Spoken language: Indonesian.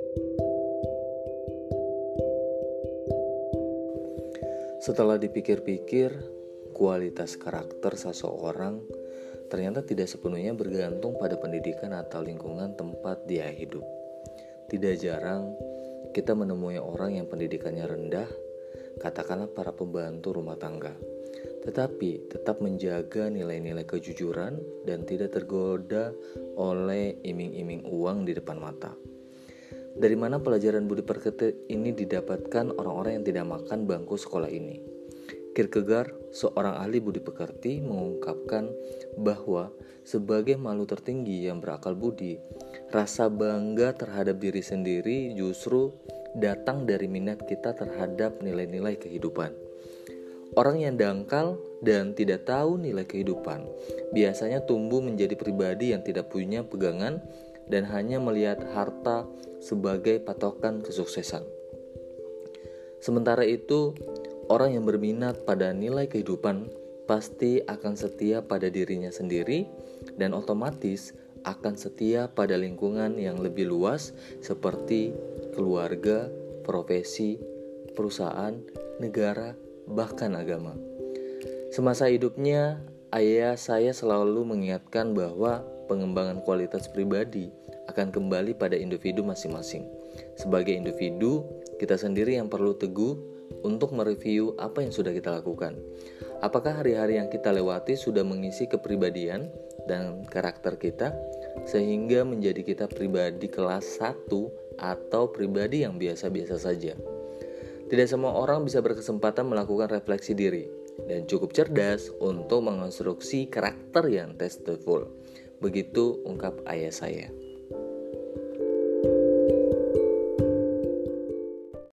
Setelah dipikir-pikir, kualitas karakter seseorang ternyata tidak sepenuhnya bergantung pada pendidikan atau lingkungan tempat dia hidup. Tidak jarang kita menemui orang yang pendidikannya rendah, katakanlah para pembantu rumah tangga, tetapi tetap menjaga nilai-nilai kejujuran dan tidak tergoda oleh iming-iming uang di depan mata. Dari mana pelajaran budi pekerti ini didapatkan orang-orang yang tidak makan bangku sekolah ini? Kierkegaard, seorang ahli budi pekerti, mengungkapkan bahwa sebagai makhluk tertinggi yang berakal budi, rasa bangga terhadap diri sendiri justru datang dari minat kita terhadap nilai-nilai kehidupan. Orang yang dangkal dan tidak tahu nilai kehidupan biasanya tumbuh menjadi pribadi yang tidak punya pegangan dan hanya melihat harta sebagai patokan kesuksesan. Sementara itu, orang yang berminat pada nilai kehidupan pasti akan setia pada dirinya sendiri dan otomatis akan setia pada lingkungan yang lebih luas seperti keluarga, profesi, perusahaan, negara, bahkan agama. Semasa hidupnya, ayah saya selalu mengingatkan bahwa pengembangan kualitas pribadi akan kembali pada individu masing-masing. Sebagai individu, kita sendiri yang perlu teguh untuk mereview apa yang sudah kita lakukan. Apakah hari-hari yang kita lewati sudah mengisi kepribadian dan karakter kita sehingga menjadi kita pribadi kelas 1 atau pribadi yang biasa-biasa saja. Tidak semua orang bisa berkesempatan melakukan refleksi diri dan cukup cerdas untuk mengonstruksi karakter yang tasteful. Begitu ungkap ayah saya.